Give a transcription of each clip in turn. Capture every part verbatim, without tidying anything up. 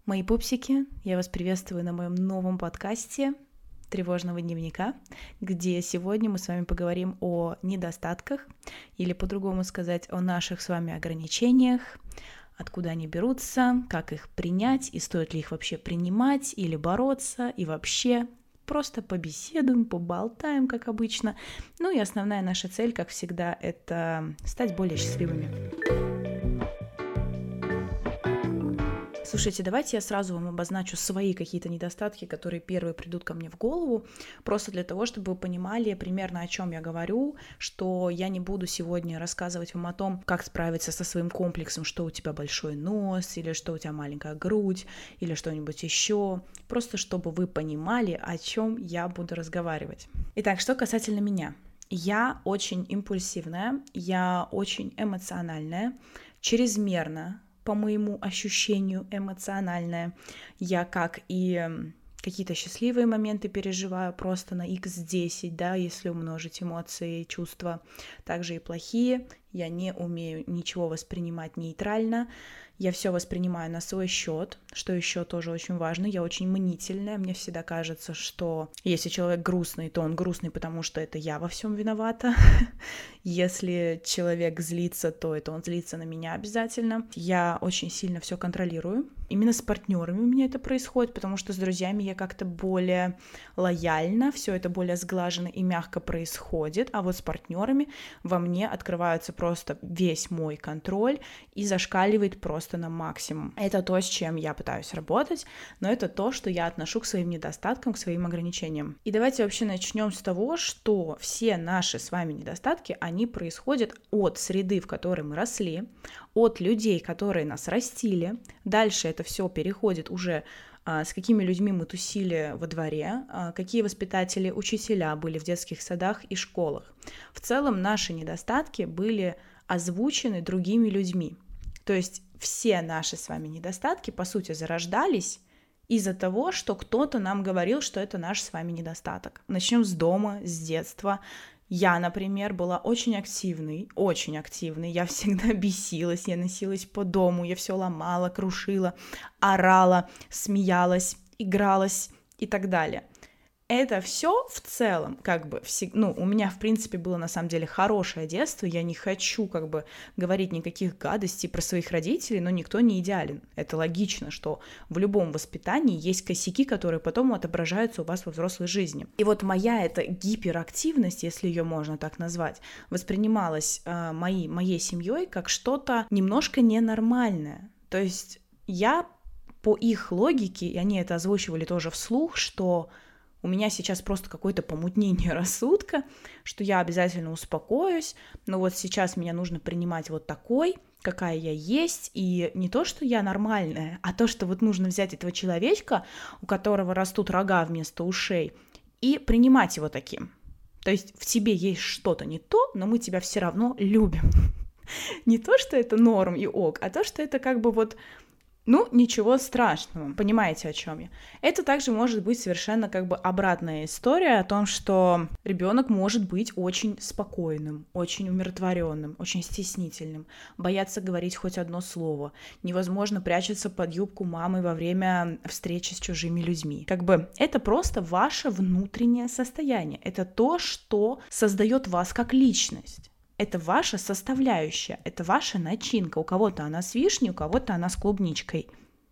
Мои пупсики, я вас приветствую на моем новом подкасте «Тревожного дневника», где сегодня мы с вами поговорим о недостатках, или по-другому сказать, о наших с вами ограничениях, откуда они берутся, как их принять и стоит ли их вообще принимать или бороться, и вообще просто побеседуем, поболтаем, как обычно. Ну и основная наша цель, как всегда, это стать более счастливыми. Слушайте, давайте я сразу вам обозначу свои какие-то недостатки, которые первые придут ко мне в голову, просто для того, чтобы вы понимали примерно, о чем я говорю, что я не буду сегодня рассказывать вам о том, как справиться со своим комплексом, что у тебя большой нос, или что у тебя маленькая грудь, или что-нибудь еще, просто чтобы вы понимали, о чем я буду разговаривать. Итак, что касательно меня. Я очень импульсивная, я очень эмоциональная, чрезмерно, по моему ощущению, эмоциональная. Я как и какие-то счастливые моменты переживаю просто на икс десять, да, если умножить эмоции и чувства. Также и плохие. Я не умею ничего воспринимать нейтрально. Я все воспринимаю на свой счет, что еще тоже очень важно. Я очень мнительная. Мне всегда кажется, что если человек грустный, то он грустный, потому что это я во всем виновата. Если человек злится, то это он злится на меня обязательно. Я очень сильно все контролирую. Именно с партнерами у меня это происходит, потому что с друзьями я как-то более лояльна, все это более сглаженно и мягко происходит, а вот с партнерами во мне открывается просто весь мой контроль и зашкаливает просто на максимум. Это то, с чем я пытаюсь работать, но это то, что я отношу к своим недостаткам, к своим ограничениям. И давайте вообще начнем с того, что все наши с вами недостатки, они происходят от среды, в которой мы росли, от людей, которые нас растили. Дальше это все переходит уже а, с какими людьми мы тусили во дворе, а, какие воспитатели, учителя были в детских садах и школах. В целом наши недостатки были озвучены другими людьми. То есть все наши с вами недостатки, по сути, зарождались из-за того, что кто-то нам говорил, что это наш с вами недостаток. Начнем с дома, с детства. Я, например, была очень активной, очень активной. Я всегда бесилась, я носилась по дому, я все ломала, крушила, орала, смеялась, игралась и так далее. Это все в целом, как бы, всег... ну, у меня, в принципе, было, на самом деле, хорошее детство, я не хочу, как бы, говорить никаких гадостей про своих родителей, но никто не идеален. Это логично, что в любом воспитании есть косяки, которые потом отображаются у вас во взрослой жизни. И вот моя эта гиперактивность, если ее можно так назвать, воспринималась э, моей, моей семьей как что-то немножко ненормальное. То есть я по их логике, и они это озвучивали тоже вслух, что у меня сейчас просто какое-то помутнение рассудка, что я обязательно успокоюсь, но вот сейчас меня нужно принимать вот такой, какая я есть, и не то, что я нормальная, а то, что вот нужно взять этого человечка, у которого растут рога вместо ушей, и принимать его таким. То есть в тебе есть что-то не то, но мы тебя все равно любим. Не то, что это норм и ок, а то, что это как бы вот... Ну, ничего страшного, понимаете, о чем я. Это также может быть совершенно как бы обратная история о том, что ребенок может быть очень спокойным, очень умиротворенным, очень стеснительным, бояться говорить хоть одно слово, невозможно прячется под юбку мамы во время встречи с чужими людьми. Как бы это просто ваше внутреннее состояние, это то, что создает вас как личность. Это ваша составляющая, это ваша начинка. У кого-то она с вишней, у кого-то она с клубничкой.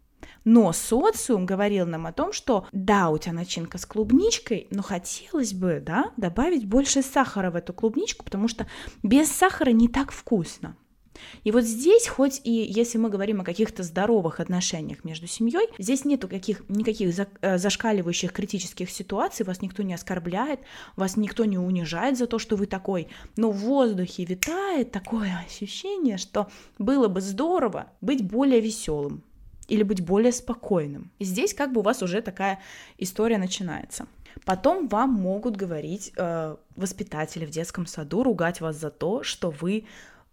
Но социум говорил нам о том, что да, у тебя начинка с клубничкой, но хотелось бы, да, добавить больше сахара в эту клубничку, потому что без сахара не так вкусно. И вот здесь, хоть и если мы говорим о каких-то здоровых отношениях между семьей, здесь нету каких, никаких за, э, зашкаливающих критических ситуаций, вас никто не оскорбляет, вас никто не унижает за то, что вы такой, но в воздухе витает такое ощущение, что было бы здорово быть более веселым или быть более спокойным. И здесь как бы у вас уже такая история начинается. Потом вам могут говорить э, воспитатели в детском саду, ругать вас за то, что вы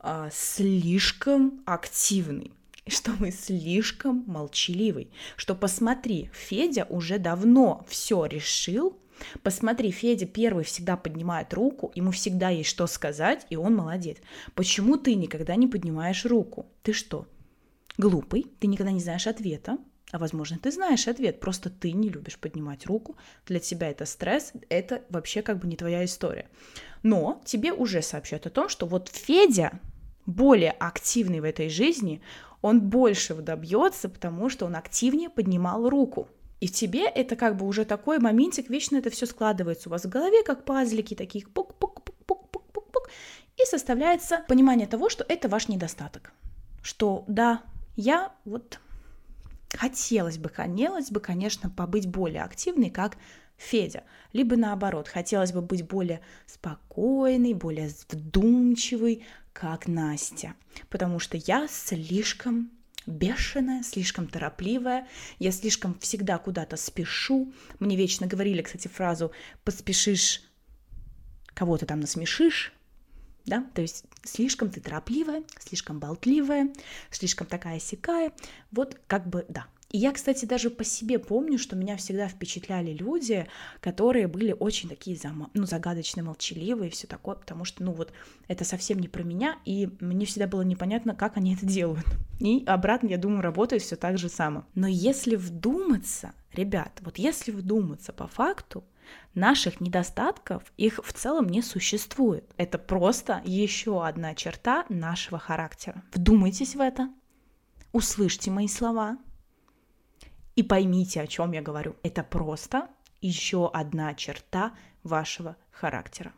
слишком активный, что вы слишком молчаливый, что посмотри, Федя уже давно все решил, посмотри, Федя первый всегда поднимает руку, ему всегда есть что сказать, и он молодец. Почему ты никогда не поднимаешь руку? Ты что, глупый? Ты никогда не знаешь ответа? А возможно, ты знаешь ответ, просто ты не любишь поднимать руку, для тебя это стресс, это вообще как бы не твоя история. Но тебе уже сообщают о том, что вот Федя более активный в этой жизни, он большего добьется, потому что он активнее поднимал руку. И в тебе это как бы уже такой моментик, вечно это все складывается у вас в голове, как пазлики такие, пук-пук-пук-пук-пук-пук, и составляется понимание того, что это ваш недостаток. Что да, я вот хотелось бы, хотелось бы, конечно, побыть более активной, как Федя. Либо наоборот, хотелось бы быть более спокойной, более вдумчивой, как Настя. Потому что я слишком бешеная, слишком торопливая, я слишком всегда куда-то спешу. Мне вечно говорили, кстати, фразу «поспешишь, кого-то там насмешишь». Да? То есть слишком ты торопливая, слишком болтливая, слишком такая-сякая. Вот как бы да. И я, кстати, даже по себе помню, что меня всегда впечатляли люди, которые были очень такие ну, загадочные, молчаливые и все такое, потому что, ну вот, это совсем не про меня, и мне всегда было непонятно, как они это делают. И обратно, я думаю, работает все так же само. Но если вдуматься, ребят, вот если вдуматься по факту, наших недостатков, их в целом не существует. Это просто еще одна черта нашего характера. Вдумайтесь в это, услышьте мои слова и поймите, о чем я говорю. Это просто еще одна черта вашего характера.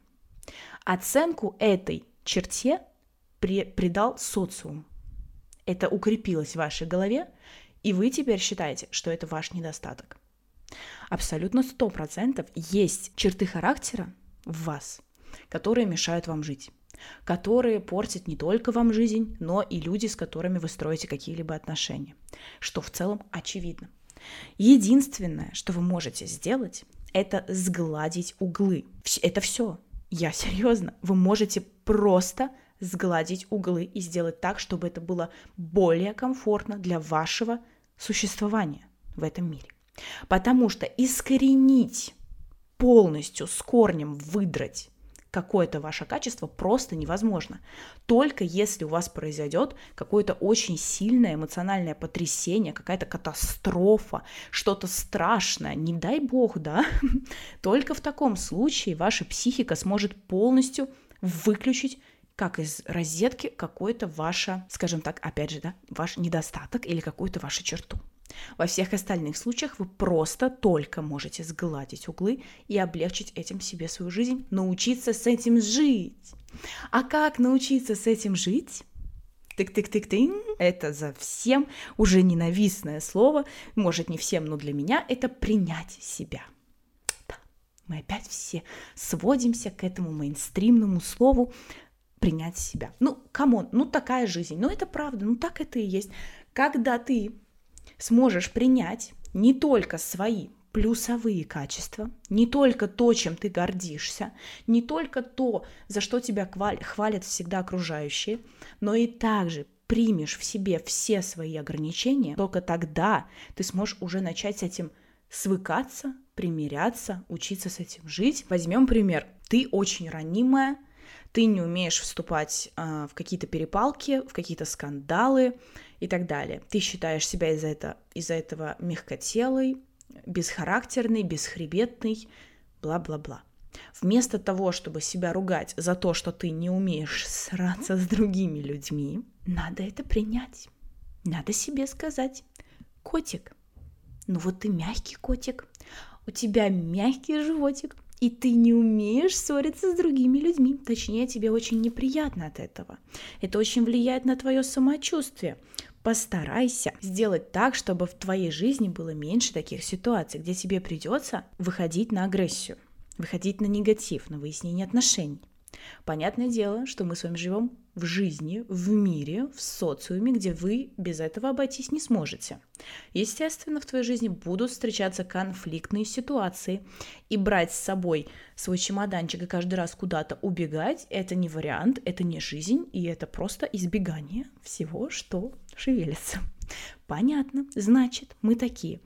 Оценку этой черте при- придал социум. Это укрепилось в вашей голове, и вы теперь считаете, что это ваш недостаток. Абсолютно сто процентов есть черты характера в вас, которые мешают вам жить, которые портят не только вам жизнь, но и люди, с которыми вы строите какие-либо отношения, что в целом очевидно. Единственное, что вы можете сделать, это сгладить углы. Это все. Я серьезно. Вы можете просто сгладить углы и сделать так, чтобы это было более комфортно для вашего существования в этом мире. Потому что искоренить, полностью с корнем выдрать какое-то ваше качество просто невозможно. Только если у вас произойдет какое-то очень сильное эмоциональное потрясение, какая-то катастрофа, что-то страшное, не дай бог, да? Только в таком случае ваша психика сможет полностью выключить как из розетки какой-то ваше, скажем так, опять же, да, ваш недостаток или какую-то вашу черту. Во всех остальных случаях вы просто только можете сгладить углы и облегчить этим себе свою жизнь, научиться с этим жить. А как научиться с этим жить? Тык-тык-тык-тык. Это за всем уже ненавистное слово, может не всем, но для меня это принять себя. Да, мы опять все сводимся к этому мейнстримному слову принять себя. Ну, камон, ну такая жизнь, ну это правда, ну так это и есть. Когда ты сможешь принять не только свои плюсовые качества, не только то, чем ты гордишься, не только то, за что тебя хвалят всегда окружающие, но и также примешь в себе все свои ограничения, только тогда ты сможешь уже начать с этим свыкаться, примиряться, учиться с этим жить. Возьмем пример. Ты очень ранимая, ты не умеешь вступать э, в какие-то перепалки, в какие-то скандалы и так далее. Ты считаешь себя из-за этого, из-за этого мягкотелой, бесхарактерной, бесхребетной, бла-бла-бла. Вместо того, чтобы себя ругать за то, что ты не умеешь сраться с другими людьми, надо это принять. Надо себе сказать: котик, ну вот ты мягкий котик, у тебя мягкий животик, и ты не умеешь ссориться с другими людьми. Точнее, тебе очень неприятно от этого. Это очень влияет на твое самочувствие. Постарайся сделать так, чтобы в твоей жизни было меньше таких ситуаций, где тебе придется выходить на агрессию, выходить на негатив, на выяснение отношений. Понятное дело, что мы с вами живем в жизни, в мире, в социуме, где вы без этого обойтись не сможете. Естественно, в твоей жизни будут встречаться конфликтные ситуации, и брать с собой свой чемоданчик и каждый раз куда-то убегать – это не вариант, это не жизнь, и это просто избегание всего, что шевелится. Понятно, значит, мы такие.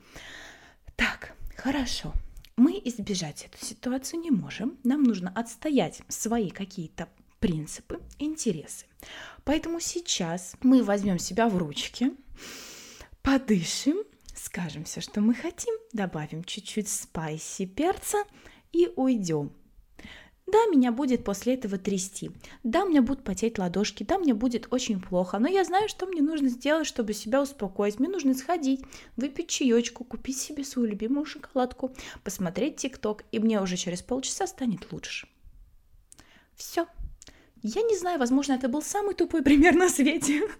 Так, хорошо. Мы избежать эту ситуацию не можем. Нам нужно отстоять свои какие-то принципы, интересы. Поэтому сейчас мы возьмем себя в ручки, подышим, скажем все, что мы хотим, добавим чуть-чуть спайси перца и уйдем. Да, меня будет после этого трясти, да, у меня будут потеть ладошки, да, мне будет очень плохо, но я знаю, что мне нужно сделать, чтобы себя успокоить. Мне нужно сходить, выпить чаечку, купить себе свою любимую шоколадку, посмотреть ТикТок, и мне уже через полчаса станет лучше. Все. Я не знаю, возможно, это был самый тупой пример на свете,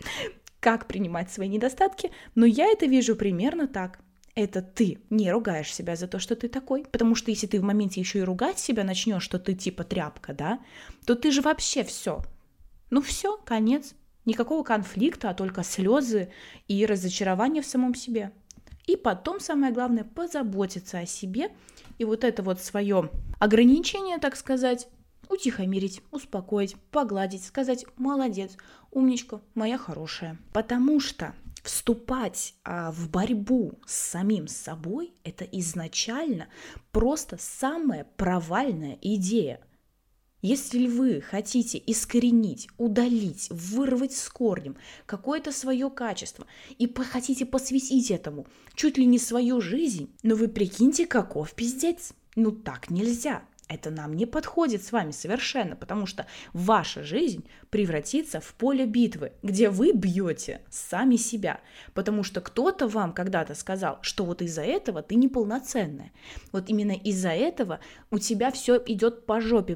как принимать свои недостатки, но я это вижу примерно так. Это ты не ругаешь себя за то, что ты такой, потому что если ты в моменте еще и ругать себя начнешь, что ты типа тряпка, да, то ты же вообще все. Ну все, конец. Никакого конфликта, а только слезы и разочарование в самом себе. И потом, самое главное, позаботиться о себе и вот это вот свое ограничение, так сказать, утихомирить, успокоить, погладить, сказать «молодец, умничка, моя хорошая». Потому что вступать а, в борьбу с самим собой – это изначально просто самая провальная идея. Если вы хотите искоренить, удалить, вырвать с корнем какое-то свое качество и хотите посвятить этому чуть ли не свою жизнь, но вы прикиньте, каков пиздец. Ну так нельзя. Это нам не подходит с вами совершенно, потому что ваша жизнь превратится в поле битвы, где вы бьете сами себя, потому что кто-то вам когда-то сказал, что вот из-за этого ты неполноценная. Вот именно из-за этого у тебя все идет по жопе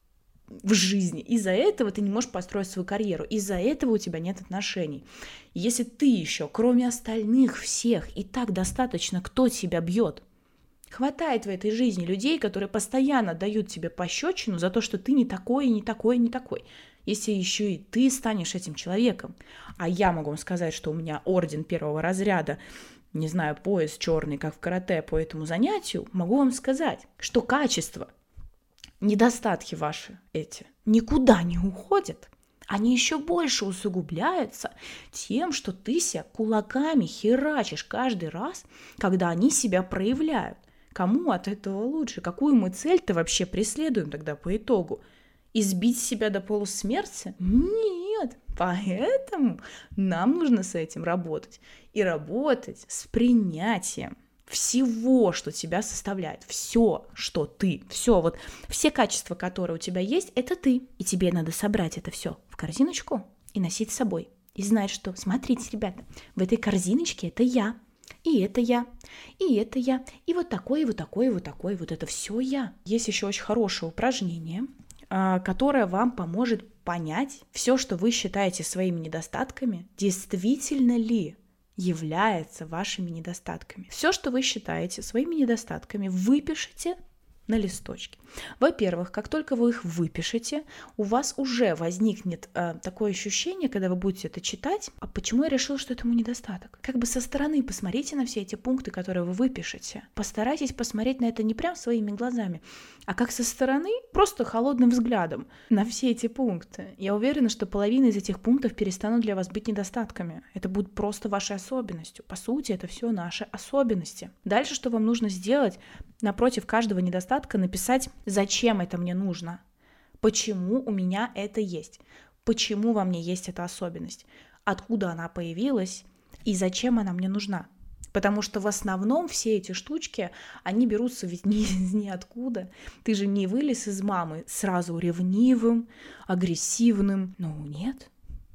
в жизни, из-за этого ты не можешь построить свою карьеру, из-за этого у тебя нет отношений. Если ты еще, кроме остальных всех, и так достаточно, кто тебя бьет, хватает в этой жизни людей, которые постоянно дают тебе пощечину за то, что ты не такой, не такой, не такой. Если еще и ты станешь этим человеком. А я могу вам сказать, что у меня орден первого разряда, не знаю, пояс черный, как в карате по этому занятию, могу вам сказать, что качество, недостатки ваши эти никуда не уходят. Они еще больше усугубляются тем, что ты себя кулаками херачишь каждый раз, когда они себя проявляют. Кому от этого лучше? Какую мы цель-то вообще преследуем тогда по итогу? Избить себя до полусмерти? Нет. Поэтому нам нужно с этим работать. И работать с принятием всего, что тебя составляет. Все, что ты. Все, вот все качества, которые у тебя есть, это ты. И тебе надо собрать это все в корзиночку и носить с собой. И знать, что, смотрите, ребята, в этой корзиночке это я. И это я, и это я, и вот такое, и вот такое, и вот такое, вот это все я. Есть еще очень хорошее упражнение, которое вам поможет понять, все, что вы считаете своими недостатками, действительно ли является вашими недостатками. Все, что вы считаете своими недостатками, выпишите на листочке. Во-первых, как только вы их выпишете, у вас уже возникнет э, такое ощущение, когда вы будете это читать, а почему я решила, что это мой недостаток? Как бы со стороны посмотрите на все эти пункты, которые вы выпишете. Постарайтесь посмотреть на это не прям своими глазами, а как со стороны, просто холодным взглядом на все эти пункты. Я уверена, что половина из этих пунктов перестанут для вас быть недостатками. Это будет просто вашей особенностью. По сути, это все наши особенности. Дальше, что вам нужно сделать, напротив каждого недостатка написать, зачем это мне нужно, почему у меня это есть, почему во мне есть эта особенность, откуда она появилась и зачем она мне нужна. Потому что в основном все эти штучки, они берутся ведь не из ниоткуда. Ты же не вылез из мамы сразу ревнивым, агрессивным. Ну нет,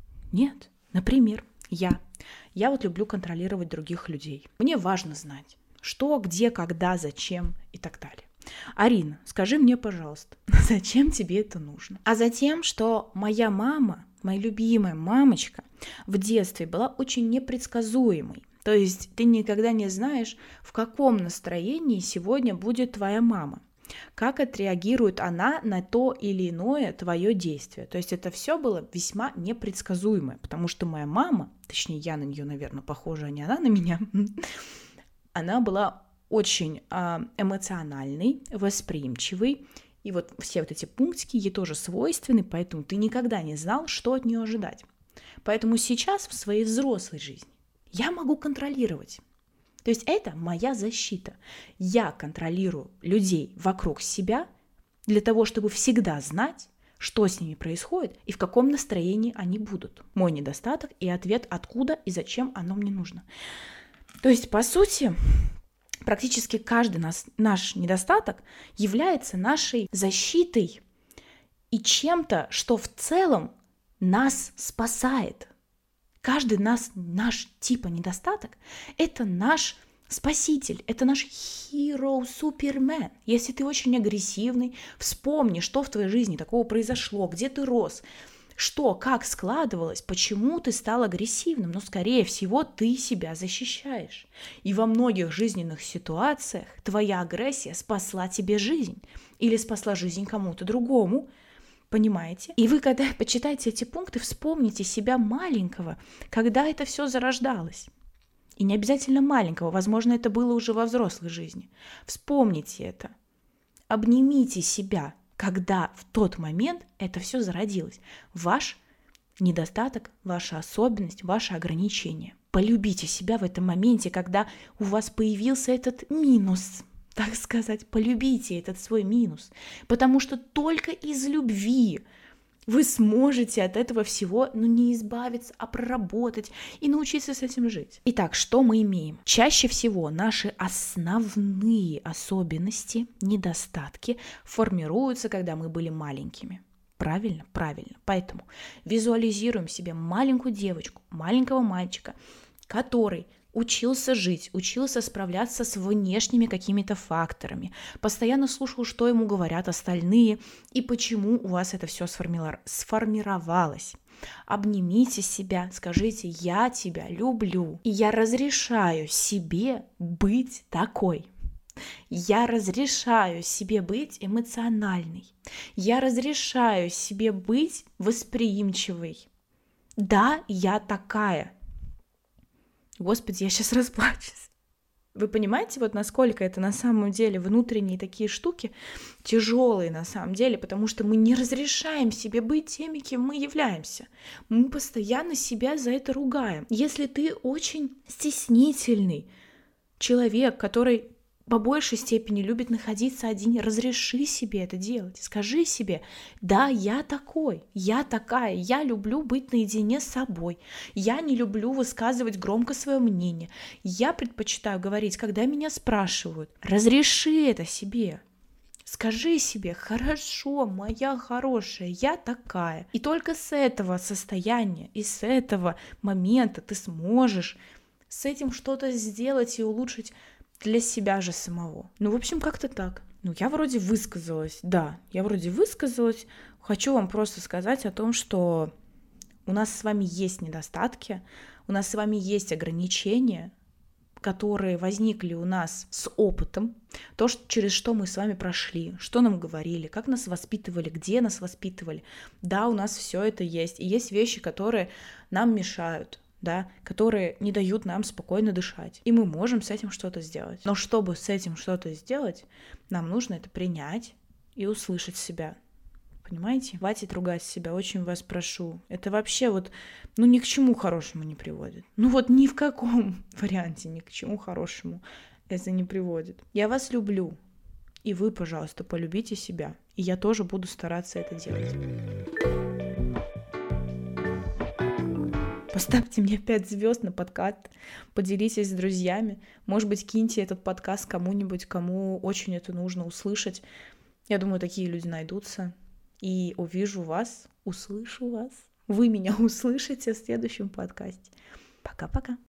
нет. Например, я. Я вот люблю контролировать других людей. Мне важно знать, что, где, когда, зачем и так далее. Арина, скажи мне, пожалуйста, зачем тебе это нужно? А затем, что моя мама, моя любимая мамочка, в детстве была очень непредсказуемой. То есть ты никогда не знаешь, в каком настроении сегодня будет твоя мама, как отреагирует она на то или иное твое действие. То есть это все было весьма непредсказуемое, потому что моя мама, точнее я на нее, наверное, похожа, а не она на меня, она была очень эмоциональный, восприимчивый, и вот все вот эти пунктики ей тоже свойственны, поэтому ты никогда не знал, что от нее ожидать. Поэтому сейчас в своей взрослой жизни я могу контролировать. То есть это моя защита. Я контролирую людей вокруг себя для того, чтобы всегда знать, что с ними происходит и в каком настроении они будут. Мой недостаток и ответ, откуда и зачем оно мне нужно. То есть, по сути, практически каждый нас, наш недостаток является нашей защитой и чем-то, что в целом нас спасает. Каждый нас, наш типа недостаток – это наш спаситель, это наш hero, супермен. Если ты очень агрессивный, вспомни, что в твоей жизни такого произошло, где ты рос, что, как складывалось, почему ты стал агрессивным. Но, скорее всего, ты себя защищаешь. И во многих жизненных ситуациях твоя агрессия спасла тебе жизнь или спасла жизнь кому-то другому. Понимаете? И вы, когда почитаете эти пункты, вспомните себя маленького, когда это все зарождалось. И не обязательно маленького, возможно, это было уже во взрослой жизни. Вспомните это. Обнимите себя, когда в тот момент это все зародилось. Ваш недостаток, ваша особенность, ваше ограничение. Полюбите себя в этом моменте, когда у вас появился этот минус. Так сказать, полюбите этот свой минус, потому что только из любви вы сможете от этого всего, ну, не избавиться, а проработать и научиться с этим жить. Итак, что мы имеем? Чаще всего наши основные особенности, недостатки формируются, когда мы были маленькими. Правильно? Правильно. Поэтому визуализируем себе маленькую девочку, маленького мальчика, который учился жить, учился справляться с внешними какими-то факторами, постоянно слушал, что ему говорят остальные и почему у вас это все сформировалось. Обнимите себя, скажите: «Я тебя люблю, и я разрешаю себе быть такой». Я разрешаю себе быть эмоциональной. Я разрешаю себе быть восприимчивой. Да, я такая. Господи, я сейчас расплачусь. Вы понимаете, вот насколько это на самом деле внутренние такие штуки тяжелые на самом деле, потому что мы не разрешаем себе быть теми, кем мы являемся. Мы постоянно себя за это ругаем. Если ты очень стеснительный человек, который по большей степени любит находиться один, разреши себе это делать. Скажи себе: да, я такой, я такая, я люблю быть наедине с собой, я не люблю высказывать громко свое мнение, я предпочитаю говорить, когда меня спрашивают. Разреши это себе. Скажи себе: хорошо, моя хорошая, я такая. И только с этого состояния и с этого момента ты сможешь с этим что-то сделать и улучшить для себя же самого. Ну, в общем, как-то так. Ну, я вроде высказалась, да, я вроде высказалась. Хочу вам просто сказать о том, что у нас с вами есть недостатки, у нас с вами есть ограничения, которые возникли у нас с опытом, то, через что мы с вами прошли, что нам говорили, как нас воспитывали, где нас воспитывали. Да, у нас все это есть. И есть вещи, которые нам мешают, да, которые не дают нам спокойно дышать. И мы можем с этим что-то сделать. Но чтобы с этим что-то сделать, нам нужно это принять и услышать себя. Понимаете? Хватит ругать себя, очень вас прошу. Это вообще вот, ну, ни к чему хорошему не приводит. Ну вот ни в каком варианте ни к чему хорошему это не приводит. Я вас люблю. И вы, пожалуйста, полюбите себя. И я тоже буду стараться это делать. Поставьте мне пять звезд на подкаст, поделитесь с друзьями. Может быть, киньте этот подкаст кому-нибудь, кому очень это нужно услышать. Я думаю, такие люди найдутся. И увижу вас, услышу вас. Вы меня услышите в следующем подкасте. Пока-пока.